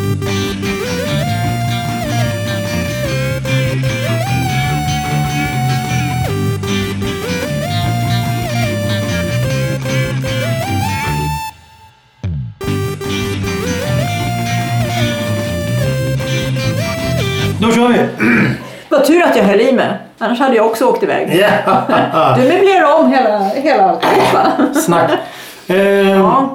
Då kör vi! Vad tur att jag höll i mig. Annars hade jag också åkt iväg. Yeah. Du möblerar om hela alltihop, va? Snack. Ja.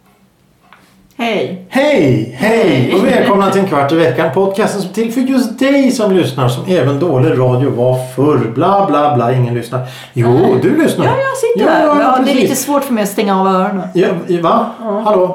Hej. Hej! Och välkomna till en kvart i veckan. Podcasten som till för just dig som lyssnar. Som även dålig radio var förr. Bla bla bla, ingen lyssnar. Jo, du lyssnar. Ja, jag sitter här. Ja, det är lite svårt för mig att stänga av öronen. Ja, va? Ja. Hallå?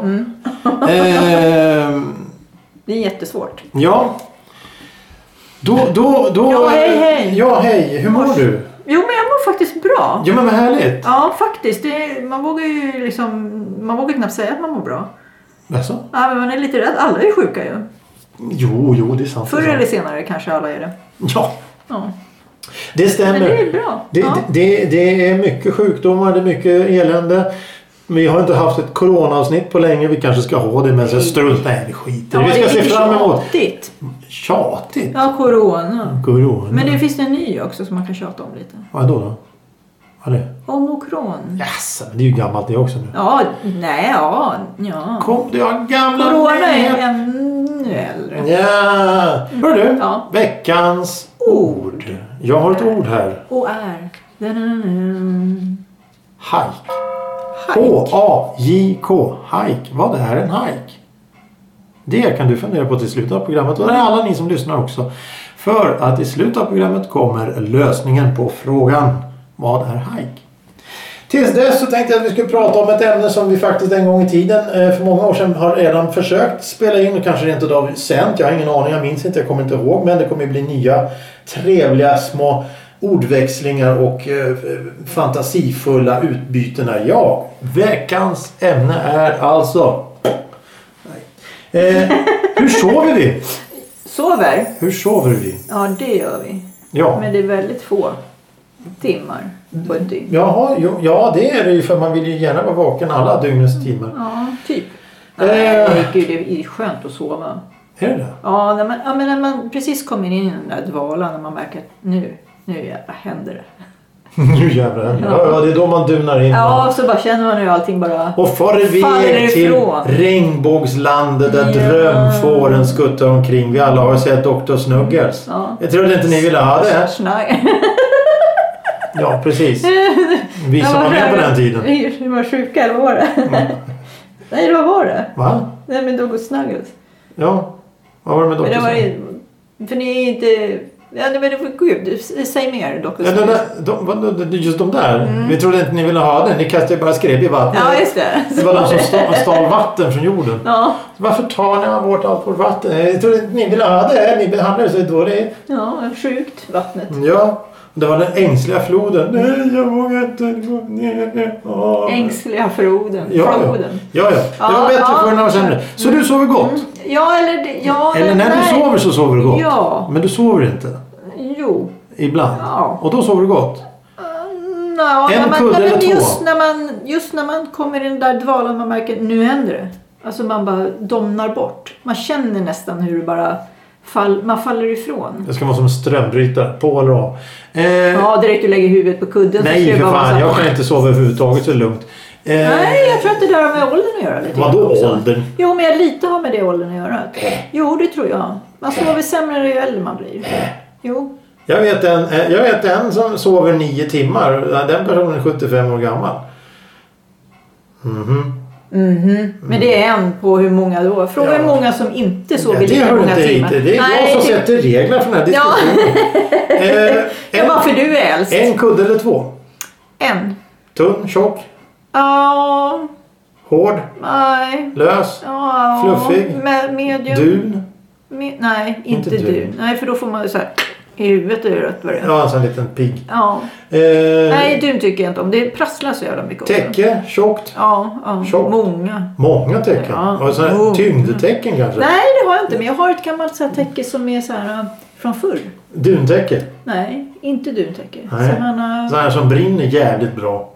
Det är jättesvårt. Ja. Då. Ja, hej. Ja, hej. Hur mår du? Jo, men jag mår faktiskt bra. Ja, men vad härligt. Ja, faktiskt. Man vågar knappt säga att man mår bra. Jaså? Ja, men man är lite rädd. Alla är sjuka ju. Jo, det är sant. Förr eller senare kanske alla är det. Ja. Ja. Det stämmer. Men det är bra. Det är mycket sjukdomar, det är mycket elände. Vi har inte haft ett coronaavsnitt på länge. Vi kanske ska ha det, men så strunta i skiten. Ja, vi ska se fram emot. Tjatigt. Tjatigt? Ja, corona. Men det finns en ny också som man kan tjata om lite. Vad då? Vad är det? Omikron. Jaså, men det är ju gammalt det också nu. Ja, nej, ja. Kom, det har gamla... Corona är ännu äldre. Ja. Hör du? Ja. Veckans ord. Jag har ett ord här. Och är. Hike. H-A-J-K. Hike. Vad är en hike? Det kan du fundera på till slutet av programmet. Och det är alla ni som lyssnar också. För att i slutet av programmet kommer lösningen på frågan. Vad är hike? Tills dess så tänkte jag att vi skulle prata om ett ämne som vi faktiskt en gång i tiden för många år sedan har redan försökt spela in och kanske inte då sänt. Jag har ingen aning, jag minns inte, jag kommer inte ihåg. Men det kommer bli nya trevliga små ordväxlingar och fantasifulla utbyten här. Ja, veckans ämne är alltså... hur sover vi? Hur sover vi? Ja, det gör vi. Ja. Men det är väldigt få timmar på ett dygn. Jaha, ja, det är det ju, för man vill ju gärna vara vaken alla dygnets timmar. Ja, typ. Nej, gud, det är skönt att sova. Är det? Ja, när man precis kommer in i den där dvalan, när man märker att nu jävla händer det. Nu jävlar händer det. Ja, det är då man dunar in. Ja, så bara känner man hur allting bara och far iväg till regnbågslandet där drömfåren skuttar omkring. Vi alla har sett Dr. Snuggles. Ja. Jag trodde inte ni ville ha det. Ja, precis. Vi som var med på den tiden. Vi var sjuka, eller vad var det? Nej, vad var det? Va? Nej, men Dr. Snuggles. Ja, vad var det med Dr. Snuggles? För ni är inte... Ja, men det var gud. Säg mer, Dr. Snuggles. Ja, just de där. Vi trodde inte ni ville ha den. Ni kastade bara skräp i vattnet. Ja, just det. Det var de som stal vatten från jorden. Ja. Varför tar ni bort allt vårt vatten? Jag trodde inte ni ville ha det. Ni behandlar så dåligt. Ja, sjukt vattnet. Ja. Det var den ängsliga floden. Nej, jag vågar inte gå ner. Ängsliga floden. Ja. Det var bättre för när det var sämre. Så du sover gott? Ja, eller när du sover så sover du gott? Ja. Men du sover inte? Jo. Ibland? Ja. Och då sover du gott? Just när man kommer i den där dvalan, man märker nu händer det. Alltså man bara domnar bort. Man känner nästan hur det bara... man faller ifrån. Det ska vara som en strömbrytare. På eller av. Ja, direkt du lägger huvudet på kudden. Nej, för fan. Jag kan inte sova överhuvudtaget, så lugnt. Nej, jag tror att det där har med åldern att göra lite. Vadå åldern? Jo, men jag lite har med det åldern att göra. Jo, det tror jag. Man sover sämre ju äldre man blir. Jo. Jag vet en som sover 9 timmar. Den personen är 75 år gammal. Men det är en på hur många då? Fråga hur många som inte sover lika många timmar. Det är jag som sätter regler för den här diskussionen. Ja, varför du är äldst. En kudde eller 2? En. Tunn, tjock? Ja. Hård? Nej. Lös? Ja. Fluffig? Medium. Dun? Nej, inte dun. Nej, för då får man ju så här... I huvudet är det rött vad det är. Ja, en sån liten pigg. Ja. Nej, dun tycker jag inte om. Det prasslar så jävla mycket. Täcke, tjockt. Ja. Tjockt. Många täcken. Ja. Och sån här tyngdtäcken kanske. Nej, det har jag inte. Men jag har ett gammalt så här täcke som är så här från förr. Duntäcke? Nej, inte duntäcke. Så här som brinner jävligt bra.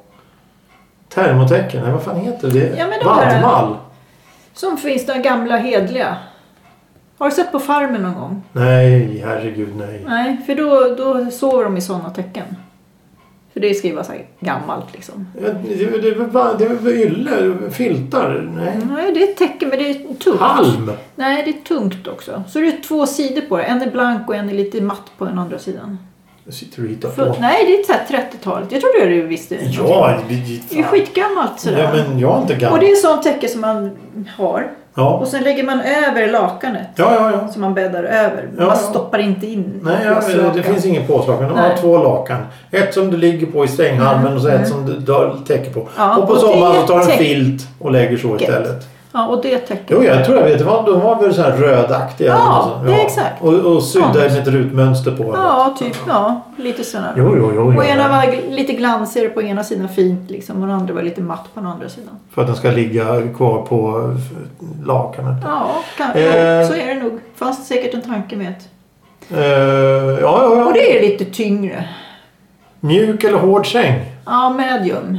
Termotäcken. Nej, vad fan heter det? Ja, men Vadmal. Som finns där gamla hedliga. Har du sett på Farmen någon gång? Nej, herregud nej. Nej, för då sover de i sådana täcken. För det ska ju vara så här gammalt liksom. Det är väl ylle, filtar? Nej, det är ett täcke men det är tungt. Halm? Nej, det är tungt också. Så det är 2 sidor på det. En är blank och en är lite matt på den andra sidan. Jag sitter och hittar på. Nej, det är så här 30-talet. Jag trodde du visste. Ja, det är skitgammalt sådär. Ja, men jag är inte gammal. Och det är sånt täcke som man har. Ja. Och sen lägger man över lakanet. Ja. Som man bäddar över. Man stoppar inte in. Nej, det finns ingen påslakan. Du har 2 lakan. Ett som du ligger på i sänghalmen och så ett som du täcker på. Ja, och på sommaren så tar du en filt och lägger så istället. Ja, och det täcker. Jo, jag tror jag vet. De var väl så här rödaktiga. Ja, det är exakt. Och sydda med ett rutmönster på. Ja, typ. Ja, lite sådana. Jo. Och ena var lite glansigare på ena sidan fint liksom. Och den andra var lite matt på den andra sidan. För att den ska ligga kvar på lakanet. Ja, så är det nog. Fanns det säkert en tanke med det. Ja. Och det är lite tyngre. Mjuk eller hård säng? Ja, medium.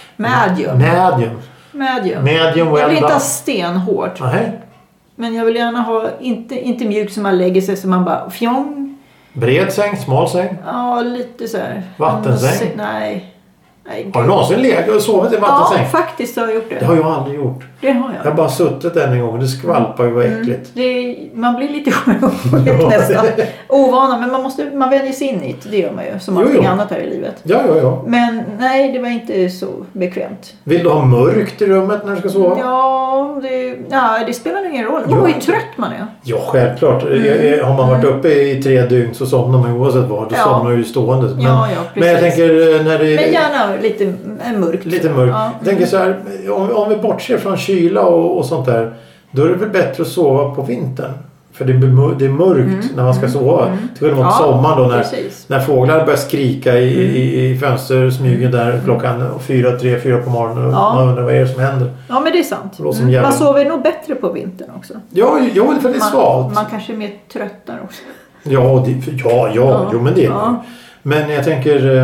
Medium well jag vill inte ha stenhårt. Nej. Men jag vill gärna ha inte mjuk som man lägger sig så man bara fjong. Bred säng, smal säng? Ja, lite så här. Vattensäng? Nej. Har du någonsin legat och sovit i vattensäng? Ja, faktiskt har jag gjort det. Det har jag aldrig gjort. Det har jag. Jag har bara suttit en gång. Det skvalpar ju, vad äckligt. Man blir lite sjuk nästan. Ovana, men man vänjer sig in i det. Det gör man ju. Som allting annat här i livet. Ja. Men nej, det var inte så bekvämt. Vill du ha mörkt i rummet när du ska sova? Ja, det spelar ingen roll. Hur trött man är. Ja, självklart. Har man varit uppe i 3 dygn så somnar man oavsett vad. Då somnar man ju stående. Men jag tänker när det... Men gärna lite mörkt. Lite mörkt. Ja. Jag tänker så här, om vi bortser från kyla och sånt där, då är det väl bättre att sova på vintern. För det är mörkt när man ska sova. Till och med sommaren då när fåglar börjar skrika i fönstersmygen där klockan 4 på morgonen och man undrar vad är det som händer. Ja, men det är sant. Man sover nog bättre på vintern också. Ja, för det är svalt. Man kanske är mer tröttare också. Jo, men det är man. Men jag tänker...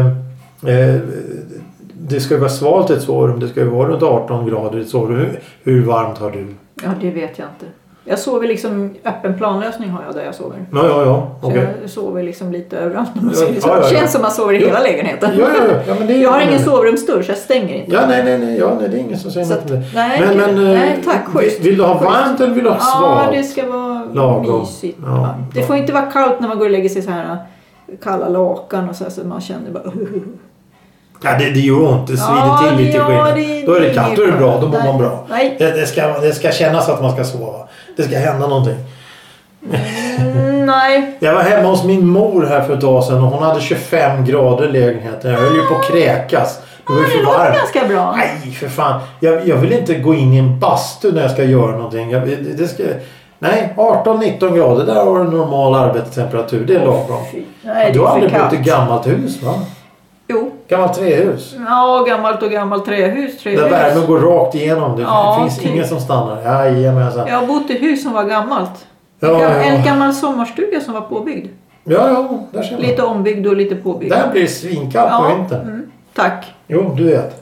det ska ju vara svalt i ett sovrum. Det ska ju vara runt 18 grader i ett sovrum. Hur varmt har du? Ja, det vet jag inte. Jag sover liksom öppen planlösning har jag där jag sover. Ja. Okay. Så jag sover liksom lite överallt. Det känns som man sover i hela lägenheten. Ja, men jag har ingen sovrumsdörr så jag stänger inte. Ja, nej, det är ingen som säger något om det. Nej, tack. Vill du ha varmt eller vill du ha svalt? Ja, det ska vara mysigt. Ja. Det får inte vara kallt när man går och lägger sig så här kalla lakan och så man känner bara... Ja, det gör ont. Det svider till lite skillnad. Då är det kallt, då är det bra. Då mår man bra. Det ska kännas att man ska sova. Det ska hända någonting. Nej. Jag var hemma hos min mor här för ett tag sedan och hon hade 25 grader i lägenheten. Jag höll ju på att kräkas. Det låter ganska bra. Nej, för fan. Jag vill inte gå in i en bastu när jag ska göra någonting. Nej, 18-19 grader. Där har du normal arbetstemperatur. Det är lagom. Du har aldrig bott i gammalt hus, va? Jo. Gammalt trähus. Ja, gammalt trähus. Där värmen går rakt igenom. Det finns ingen som stannar. Jajamensan. Jag har bott i hus som var gammalt. En gammal sommarstuga som var påbyggd. Ja, där ser man. Lite ombyggd och lite påbyggd. Där blir det svinkallt på vintern. Tack. Jo, du vet.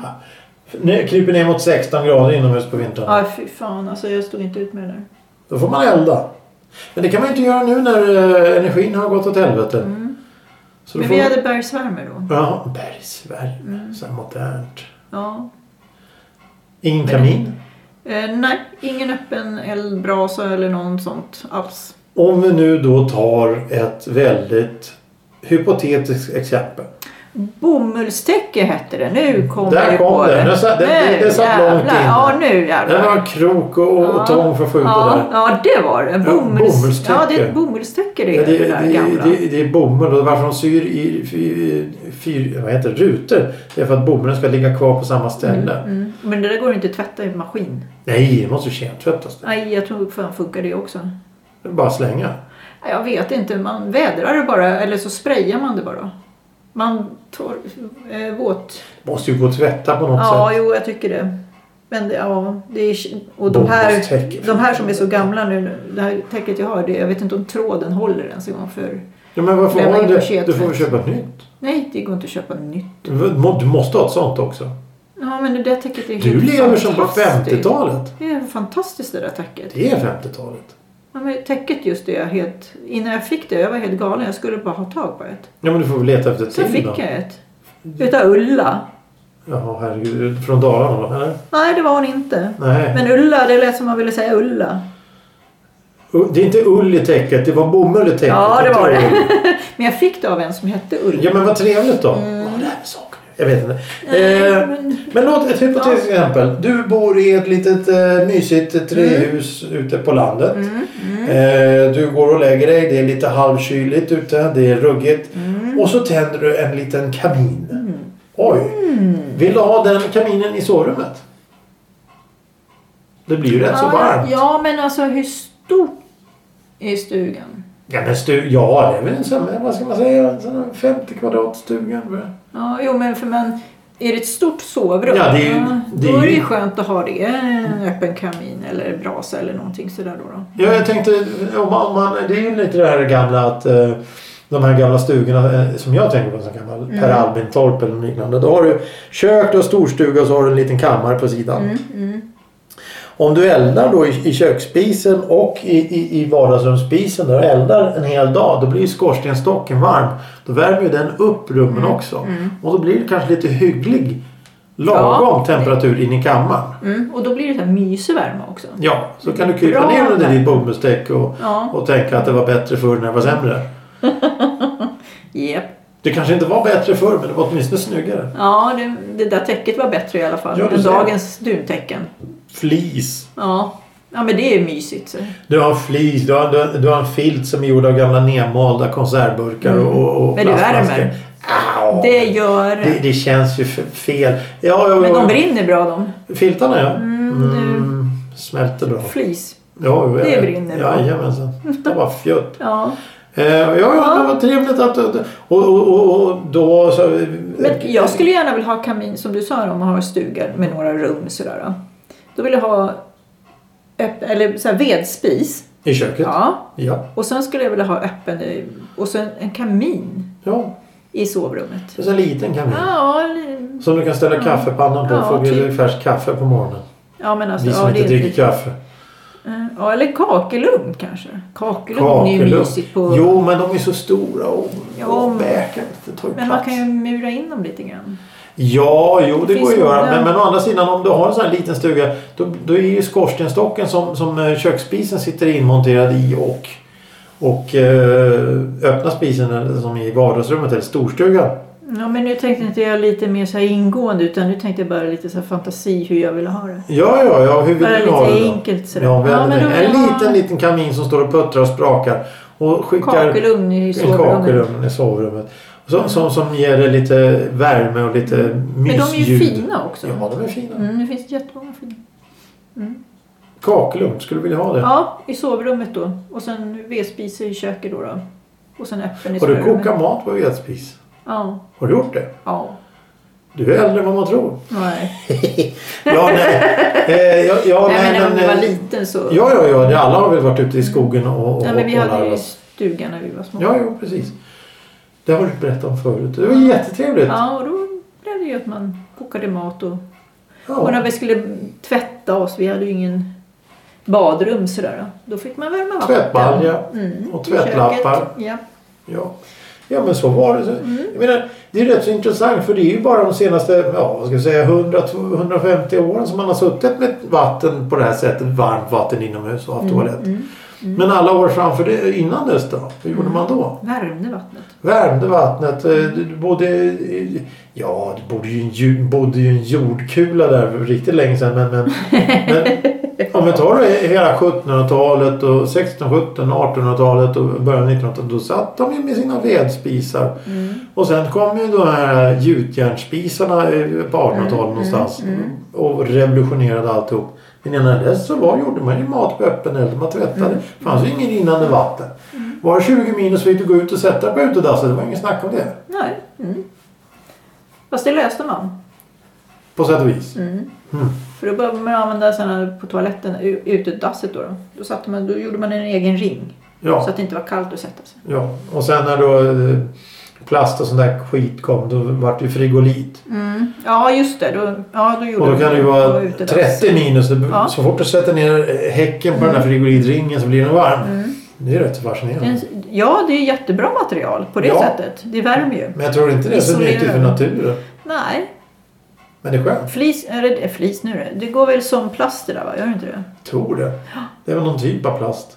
Kryper ner mot 16 grader inomhus på vintern. Ja, fy fan. Alltså, jag stod inte ut med det där. Då får man elda. Men det kan man inte göra nu när energin har gått åt helvete. Så men vi hade bergsvärme då. Ja, bergsvärme. Så modernt. Ja. Ingen kamin? Nej, ingen öppen eldbrasa eller något sånt alls. Om vi nu då tar ett väldigt hypotetiskt exempel. Bomullstäcke hette det. Nu kom det på det. Det satt långt in. Ja, nu jävlar. Det var krok och tång för att få ut det där. Ja, det var det. Bomullstäcke. Ja, det är ett bomullstäcke det där gamla. Det är bomull och varför de syr i rutor. Det är för att bomullen ska ligga kvar på samma ställe. Men det där går inte att tvätta i maskin. Nej, det måste ju kemtvättas. Nej, jag tror fan funkar det också. Det är bara slänga. Jag vet inte. Man vädrar det bara eller så sprayar man det bara. Man tar våt. Måste ju gå att tvätta på något sätt. Ja, jo, jag tycker det. Men det är och de här som är så gamla nu, det här täcket jag har, jag vet inte om tråden håller ens en gång för. Ja, men varför har det? Du får väl köpa ett nytt. Nej, det går inte att köpa nytt. Du måste ha ett sånt också. Ja, men det där täcket är du lever som på 50-talet. Det är fantastiskt det där täcket. Det är 50-talet. Ja, men täcket just det, innan jag fick det, jag var helt galen. Jag skulle bara ha tag på ett. Ja, men du får väl leta efter ett Så till fick då. jag ett. Utav Ulla. Jaha, herregud. Från Dalarna då, eller? Nej, det var hon inte. Nej. Men Ulla, det lät som man ville säga Ulla. Det är inte ull i täcket, det var bomull i täcket. Ja, det var det. Ull. Men jag fick det av en som hette Ulla. Ja, men vad trevligt då. Vad är det här med saker? Jag vet inte. Men låt ett hypotetiskt exempel. Du bor i ett litet mysigt trähus ute på landet. Du går och lägger dig. Det är lite halvkyligt ute. Det är ruggigt. Och så tänder du en liten kamin. Oj. Vill du ha den kaminen i sovrummet? Det blir ju rätt så varmt. Ja, men alltså hur stor är stugan? Ja, men ja, det är väl en sån, vad ska man säga, en sån 50 kvadrat stuga. Ja, jo, men för man... Är det ett stort sovrum? Ja, det är ju... Då är det ju skönt att ha det. En öppen kamin eller brasa eller någonting sådär då. Ja, jag tänkte... Om man, det är ju lite det här gamla att... De här gamla stugorna som jag tänker på som gammal Per Albin-torp eller liknande. Då har du kök och storstuga och så har du en liten kammare på sidan. Om du eldar då i köksspisen och i vardagsrumsspisen där och eldar en hel dag, då blir ju skorstenstocken varm. Då värmer ju den upp rummen också. Och då blir det kanske lite hygglig lagom temperatur in i kammaren. Och då blir det så här mysig värme också. Ja, så kan du krypa ner under ditt bomullstäck och tänka att det var bättre förr när det var sämre. Yep. Det kanske inte var bättre förr, men det var åtminstone snyggare. Ja, det där täcket var bättre i alla fall. Ja, än dagens duntäcken. Flis. Ja, men det är mysigt. Så. Du har flis, du har en filt som är gjord av gamla nedmalda konservburkar och men det värmer. Det gör... Det känns ju fel. Men de brinner bra de. Filtarna, ja. Smälter bra. Flis. Ja, det brinner bra. Jajamensan. Det var fjött. Ja. Det var trevligt att... Och då... Så, men jag skulle gärna vilja ha kamin, som du sa, om man har stugan med några rum sådär. Då vill jag ha eller så här vedspis. I köket? Ja. Och sen skulle jag vilja ha öppen och sen en kamin. Ja. I sovrummet. Det är en liten kamin. Ja. Som du kan ställa kaffepannan på för att bli färsk kaffe på morgonen. Ja, men alltså... Vi som inte dricker kaffe. Ja, eller kakelugn kanske. Kakelugn är ju mysigt på... Jo, men de är så stora och bäkar. Men man kan ju mura in dem lite grann. Ja, det går att göra. Men å andra sidan, om du har en sån här liten stuga, då är ju skorstenstocken som köksspisen sitter inmonterad i och öppna spisen eller som i vardagsrummet eller storstugan. Ja, men nu tänkte inte jag lite mer så här ingående, utan nu tänkte jag bara lite så här fantasi hur jag vill ha det. Ja, hur vill du ha det? Lite enkelt sådär. Ja, en liten kamin som står och puttrar och sprakar och skickar kakelugn i sovrummet. Som ger det lite värme och lite mysljud. Men de är ju fina också. Ja, de är fina. Det finns jättemånga fina. Kakelugn, skulle du vilja ha det? Ja, i sovrummet då. Och sen vedspis i köket då. Och sen öppen i sovrummet. Har du sovrummet. kokat mat på vedspis? Ja. Har du gjort det? Ja. Du är äldre än vad man tror. Nej. Nej, men när man var liten så... Ja. Alla har väl varit ute i skogen och... Ja, men vi hade ju stugan när vi var små. Ja, precis. Det har du berättat om förut. Det var jättetrevligt. Ja, och då blev det ju att man kokade mat och när vi skulle tvätta oss, vi hade ju ingen badrum sådär. Då fick man värma vatten. Tvättbalja och tvättlappar. Ja, men så var det. Jag menar, det är rätt så intressant, för det är ju bara de senaste, vad ska jag säga, 100-150 åren som man har suttit med vatten på det här sättet, varmt vatten inomhus och haft toalett. Men alla år framför det, innan dess då? Hur gjorde man då? Värmde vattnet. Det bodde ju en jordkula där för riktigt länge sedan. Men om vi tar hela 1700-talet och 1600, 1800-talet och början av 1900-talet, då satt de ju med sina vedspisar. Och sen kom ju de här gjutjärnspisarna på 1800-talet någonstans och revolutionerade alltihop. Men innan dess så gjorde man ju mat på öppen eld. Man tvättade. Det fanns ju ingen rinnande vatten. Var det 20 minus fick du gå ut och sätta på utedasset. Det var ingen snack om det. Nej. Fast det löste man. På sätt och vis. För då började man använda sådana på toaletten, utedasset då. Då gjorde man en egen ring. Ja. Så att det inte var kallt att sätta sig. Ja, och sen när då plast och sån där skit kom, då var det ju frigolit. Ja, just det. Då gjorde och då kan det ju vara utedass. 30 minus. Så fort du sätter ner häcken på den här frigolitringen så blir den varm. Det är rätt så fascinerande. Ja, det är jättebra material på det sättet. Det värmer ju. Men jag tror inte det är så nyttigt för naturen. Nej. Men det är skönt. Flis nu det. Det går väl som plast det där, va? Gör det inte det? Tror det. Det är väl någon typ av plast.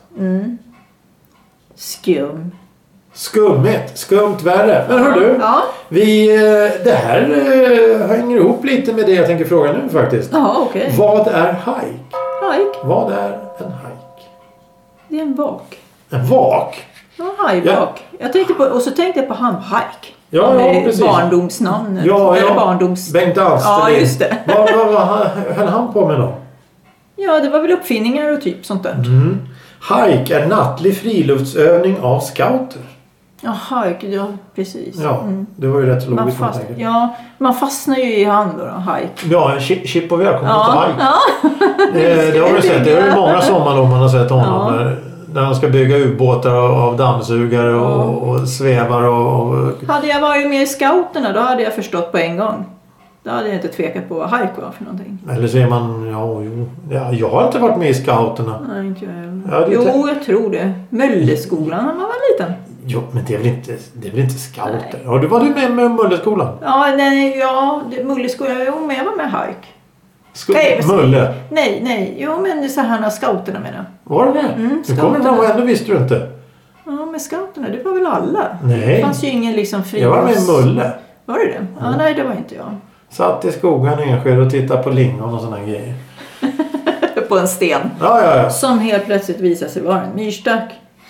Skumt värre. Men hör du, det här hänger ihop lite med det jag tänker fråga nu faktiskt. Ja, okej. Vad är hike? Hike? Vad är en hike? Det är en vak. En vak? Ja, hajvak. Och så tänkte jag på han hike. Ja, precis. Barndomsnamnet. Ja. Barndoms... Bengt Alsterlind. Ja, just det. Vad höll han på med då? Ja, det var väl uppfinningar och typ sånt där. Hike är nattlig friluftsövning av scouter. Ja, hike, ja precis. Ja, det var ju rätt logiskt. Man fastnar ju i hand då, hike. Ja, chip och välkommen till hike. Ja. Det har du sett. Det är ju många sommarlov man har sett honom. När de ska bygga ubåtar av dammsugare och svävar och... Hade jag varit med i scouterna, då hade jag förstått på en gång. Då hade jag inte tvekat på vad hike var för någonting. Eller så är man... jag har inte varit med i scouterna. Nej, inte jag heller. Jag tror det. Mölleskolan när man var liten. Jo, men det är väl inte scouter? Ja, var du med Mölleskolan? Mölleskolan. Jo, men jag var med hike. Mölle? Nej. Jo, men det är så här när scouterna menar. Var det det? Du kommer inte ihåg, ändå visste du inte. Ja, men scouterna, det var väl alla? Nej. Det fanns ju ingen liksom fri. Jag var med i Mölle. Var det det? Ja, nej, det var inte jag. Satt i skogen i Enskede och tittade på lingon och sådana grejer. På en sten. Ja. Som helt plötsligt visade sig vara en myrstack.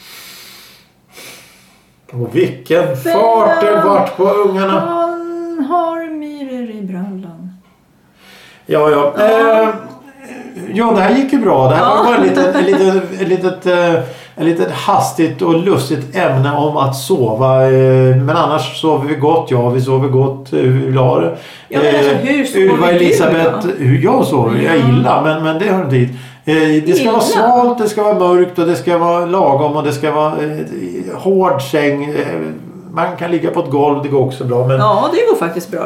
Och vilken fart det vart på ungarna. Han har myror i brallan. Ja. Det här gick ju bra. Det här var ett litet hastigt och lustigt ämne om att sova. Men annars sover vi gott. Ja, vi sover gott. Hur la det? Hur sover du Elisabeth, hur jag sover? Jag illa, men det hör inte hit. Det ska vara svalt, det ska vara mörkt och det ska vara lagom och det ska vara hård säng. Man kan ligga på ett golv, det går också bra. Men... Ja, det går faktiskt bra.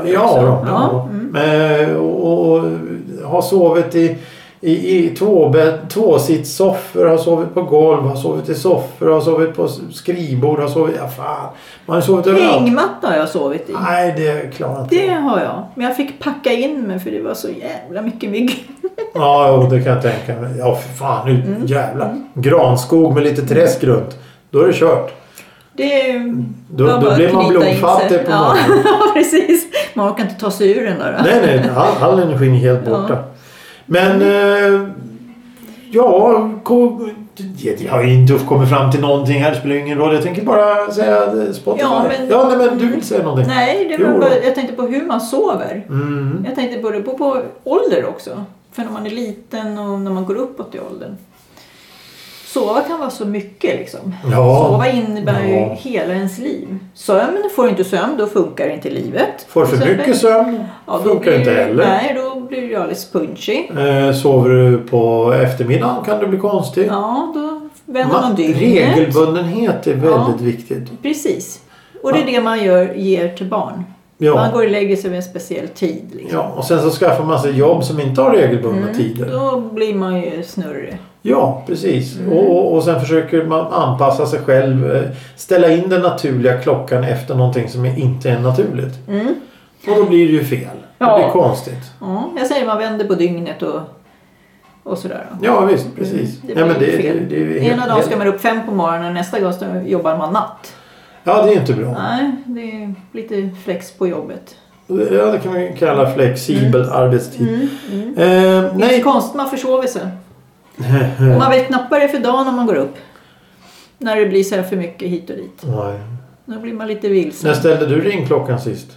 Och har sovit i tvåsitssoffor, har sovit på golv, har sovit i soffor, har sovit på skrivbord, har sovit... Ja, fan. Man har sovit överallt. Hängmatta har jag sovit i. Nej, det klarar inte. Det har jag. Men jag fick packa in mig för det var så jävla mycket mygg. Ja, det kan jag tänka mig. Ja, för fan. Nu jävla granskog med lite träsk runt. Då är det kört. Då blir man blodfattig på morgonen. Ja, precis. Man kan inte ta sig ur den där. Nej. All energin är helt borta. Men jag har inte kommit fram till någonting här. Det spelar ingen roll. Jag tänker bara säga Spotify. Men du vill säga någonting. Nej, jag tänkte på hur man sover. Jag tänkte på ålder också. För när man är liten och när man går uppåt i åldern. Sova kan vara så mycket liksom. Ja. Sova innebär ju hela ens liv. Får du inte sömn, då funkar inte livet. Får du för mycket sömn, funkar inte heller. Nej, då blir du alldeles punchy. Sover du på eftermiddagen kan det bli konstigt. Ja, då vänder man dygnet. Regelbundenhet är väldigt viktigt. Precis. Och det är det man ger till barn. Ja. Man går och lägger sig vid en speciell tid. Liksom. Ja, och sen så skaffar man sig jobb som inte har regelbundna tider. Då blir man ju snurrig. Ja, precis. Och sen försöker man anpassa sig själv. Ställa in den naturliga klockan efter någonting som inte är naturligt. Och då blir det ju fel. Det blir konstigt. Ja, jag säger man vänder på dygnet och sådär. Ja, visst. Precis. Det blir fel. Ena dagen ska man upp 5 på morgonen och nästa gång jobbar man natt. Ja, det är inte bra. Nej, det är lite flex på jobbet. Ja, det kan man kalla flexibel arbetstid. Det är inte konstigt, man försover sig. Och man vet knappt vad det är för dag när man går upp. När det blir så här för mycket hit och dit. Nej. Då blir man lite vilsen. När ställde du ringklockan sist?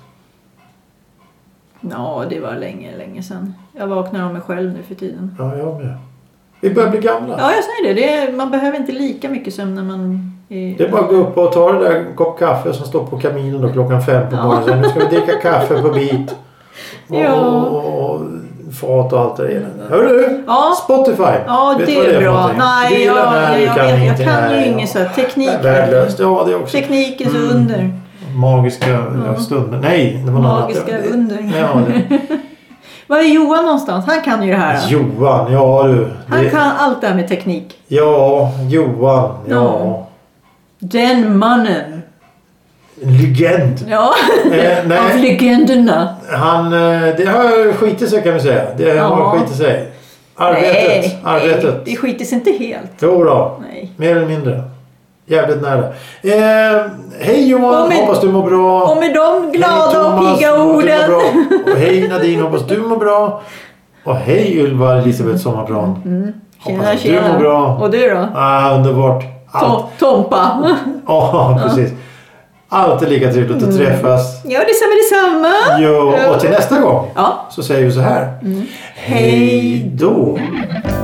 Ja, det var länge sedan. Jag vaknar av mig själv nu för tiden. Ja, jag med. Vi börjar bli gamla. Ja, jag säger det. Man behöver inte lika mycket sömn när man... Det är bara att gå upp och ta det där kopp kaffe som står på kaminen då klockan 5 på morgonen. Nu ska vi dricka kaffe på bit. Och fat och allt det där. Hör du? Ja. Spotify. Ja, det är bra. Nej, jag kan ju inget så här teknik. Värdelöst. Ja, det är också. Teknikens under. magiska stunder. Nej, det var magiska under. Ja, Var är Johan någonstans? Han kan ju det här. Johan, ja du. Han kan allt det här med teknik. Ja, Johan, ja. Den mannen. Legend. Ja, nej. av legenderna. Det har skitit sig kan vi säga. Det har skitit sig. Arbetet. Det skiter sig inte helt. Jo då. Nej. Mer eller mindre. Jävligt nära. Hej Johan, hoppas du mår bra. Och med de glada Thomas, och pigga orden. Och hej Nadine, hoppas du mår bra. Och hej Ylva Elisabeth Sommarplan. Hoppas du mår bra. Och du då? Underbart. Tompa. Ja, precis. Alltid lika trevligt att träffas. Ja, detsamma. Jo, och till nästa gång så säger vi så här. Hej då.